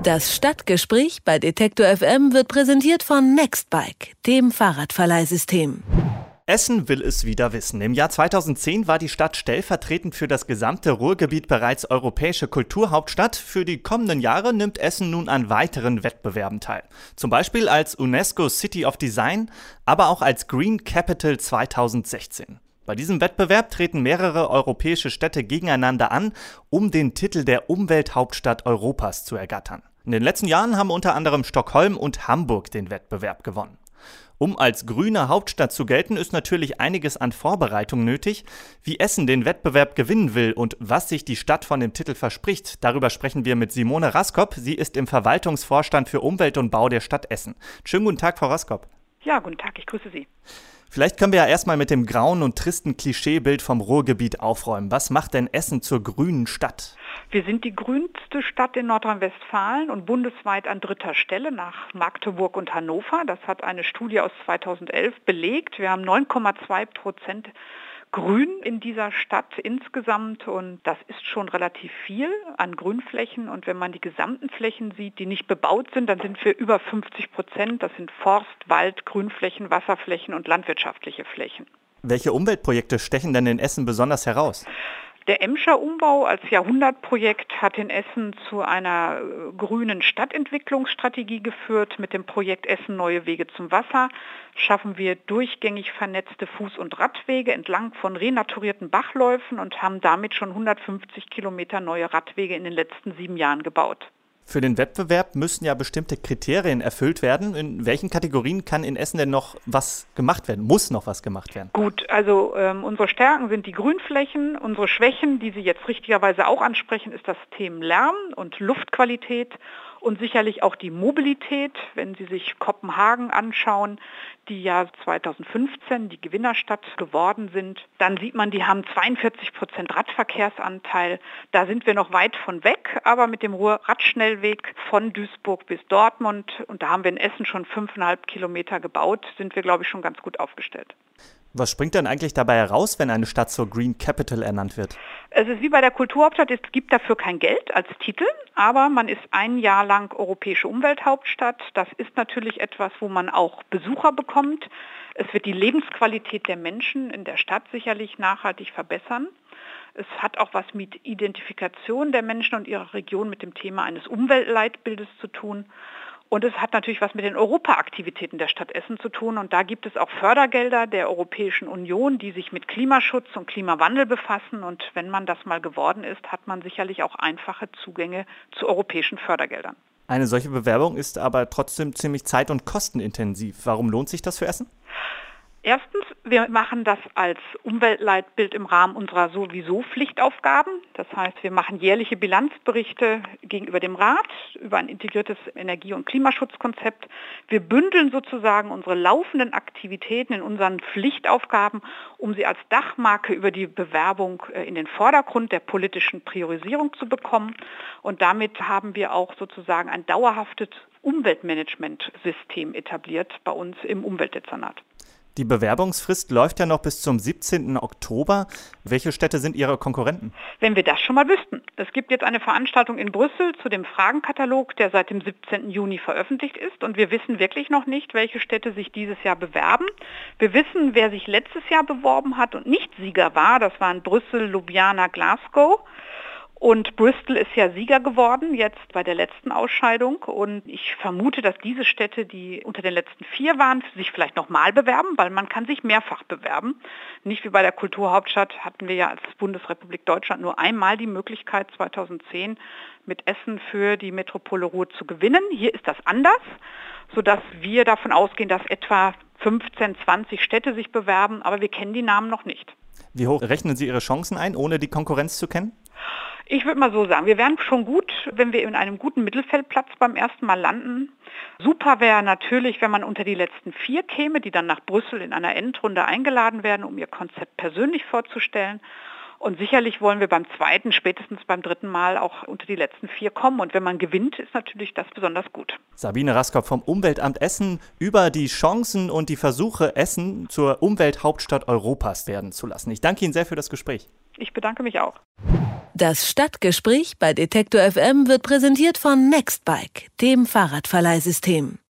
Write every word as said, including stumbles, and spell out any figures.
Das Stadtgespräch bei Detektor F M wird präsentiert von Nextbike, dem Fahrradverleihsystem. Essen will es wieder wissen. Im Jahr zweitausendzehn war die Stadt stellvertretend für das gesamte Ruhrgebiet bereits europäische Kulturhauptstadt. Für die kommenden Jahre nimmt Essen nun an weiteren Wettbewerben teil. Zum Beispiel als UNESCO City of Design, aber auch als Green Capital zweitausendsechzehn. Bei diesem Wettbewerb treten mehrere europäische Städte gegeneinander an, um den Titel der Umwelthauptstadt Europas zu ergattern. In den letzten Jahren haben unter anderem Stockholm und Hamburg den Wettbewerb gewonnen. Um als grüne Hauptstadt zu gelten, ist natürlich einiges an Vorbereitung nötig. Wie Essen den Wettbewerb gewinnen will und was sich die Stadt von dem Titel verspricht, darüber sprechen wir mit Simone Raskop. Sie ist im Verwaltungsvorstand für Umwelt und Bau der Stadt Essen. Schönen guten Tag, Frau Raskop. Ja, guten Tag, ich grüße Sie. Vielleicht können wir ja erstmal mit dem grauen und tristen Klischeebild vom Ruhrgebiet aufräumen. Was macht denn Essen zur grünen Stadt? Wir sind die grünste Stadt in Nordrhein-Westfalen und bundesweit an dritter Stelle nach Magdeburg und Hannover. Das hat eine Studie aus zweitausendelf belegt. Wir haben neun Komma zwei Prozent Grün in dieser Stadt insgesamt und das ist schon relativ viel an Grünflächen. Und wenn man die gesamten Flächen sieht, die nicht bebaut sind, dann sind wir über fünfzig Prozent. Das sind Forst, Wald, Grünflächen, Wasserflächen und landwirtschaftliche Flächen. Welche Umweltprojekte stechen denn in Essen besonders heraus? Der Emscher Umbau als Jahrhundertprojekt hat in Essen zu einer grünen Stadtentwicklungsstrategie geführt. Mit dem Projekt Essen Neue Wege zum Wasser schaffen wir durchgängig vernetzte Fuß- und Radwege entlang von renaturierten Bachläufen und haben damit schon hundertfünfzig Kilometer neue Radwege in den letzten sieben Jahren gebaut. Für den Wettbewerb müssen ja bestimmte Kriterien erfüllt werden. In welchen Kategorien kann in Essen denn noch was gemacht werden? Muss noch was gemacht werden? Gut, also ähm, unsere Stärken sind die Grünflächen. Unsere Schwächen, die Sie jetzt richtigerweise auch ansprechen, ist das Thema Lärm und Luftqualität und sicherlich auch die Mobilität. Wenn Sie sich Kopenhagen anschauen, die ja zweitausendfünfzehn die Gewinnerstadt geworden sind, dann sieht man, die haben zweiundvierzig Prozent Radverkehrsanteil. Da sind wir noch weit von weg, aber mit dem Ruhr-Radschnellweg von Duisburg bis Dortmund, und da haben wir in Essen schon fünfeinhalb Kilometer gebaut, sind wir, glaube ich, schon ganz gut aufgestellt. Was springt denn eigentlich dabei heraus, wenn eine Stadt zur Green Capital ernannt wird? Es ist wie bei der Kulturhauptstadt, es gibt dafür kein Geld als Titel, aber man ist ein Jahr lang europäische Umwelthauptstadt. Das ist natürlich etwas, wo man auch Besucher bekommt. Es wird die Lebensqualität der Menschen in der Stadt sicherlich nachhaltig verbessern. Es hat auch was mit Identifikation der Menschen und ihrer Region mit dem Thema eines Umweltleitbildes zu tun. Und es hat natürlich was mit den Europaaktivitäten der Stadt Essen zu tun. Und da gibt es auch Fördergelder der Europäischen Union, die sich mit Klimaschutz und Klimawandel befassen. Und wenn man das mal geworden ist, hat man sicherlich auch einfache Zugänge zu europäischen Fördergeldern. Eine solche Bewerbung ist aber trotzdem ziemlich zeit- und kostenintensiv. Warum lohnt sich das für Essen? Erstens, wir machen das als Umweltleitbild im Rahmen unserer sowieso Pflichtaufgaben. Das heißt, wir machen jährliche Bilanzberichte gegenüber dem Rat über ein integriertes Energie- und Klimaschutzkonzept. Wir bündeln sozusagen unsere laufenden Aktivitäten in unseren Pflichtaufgaben, um sie als Dachmarke über die Bewerbung in den Vordergrund der politischen Priorisierung zu bekommen. Und damit haben wir auch sozusagen ein dauerhaftes Umweltmanagementsystem etabliert bei uns im Umweltdezernat. Die Bewerbungsfrist läuft ja noch bis zum siebzehnten Oktober. Welche Städte sind Ihre Konkurrenten? Wenn wir das schon mal wüssten. Es gibt jetzt eine Veranstaltung in Brüssel zu dem Fragenkatalog, der seit dem siebzehnten Juni veröffentlicht ist. Und wir wissen wirklich noch nicht, welche Städte sich dieses Jahr bewerben. Wir wissen, wer sich letztes Jahr beworben hat und nicht Sieger war. Das waren Brüssel, Ljubljana, Glasgow. Und Bristol ist ja Sieger geworden, jetzt bei der letzten Ausscheidung. Und ich vermute, dass diese Städte, die unter den letzten vier waren, sich vielleicht nochmal bewerben, weil man kann sich mehrfach bewerben. Nicht wie bei der Kulturhauptstadt hatten wir ja als Bundesrepublik Deutschland nur einmal die Möglichkeit, zweitausendzehn mit Essen für die Metropole Ruhr zu gewinnen. Hier ist das anders, sodass wir davon ausgehen, dass etwa fünfzehn, zwanzig Städte sich bewerben, aber wir kennen die Namen noch nicht. Wie hoch rechnen Sie Ihre Chancen ein, ohne die Konkurrenz zu kennen? Ich würde mal so sagen, wir wären schon gut, wenn wir in einem guten Mittelfeldplatz beim ersten Mal landen. Super wäre natürlich, wenn man unter die letzten vier käme, die dann nach Brüssel in einer Endrunde eingeladen werden, um ihr Konzept persönlich vorzustellen. Und sicherlich wollen wir beim zweiten, spätestens beim dritten Mal auch unter die letzten vier kommen. Und wenn man gewinnt, ist natürlich das besonders gut. Sabine Raskop vom Umweltamt Essen über die Chancen und die Versuche, Essen zur Umwelthauptstadt Europas werden zu lassen. Ich danke Ihnen sehr für das Gespräch. Ich bedanke mich auch. Das Stadtgespräch bei Detektor F M wird präsentiert von Nextbike, dem Fahrradverleihsystem.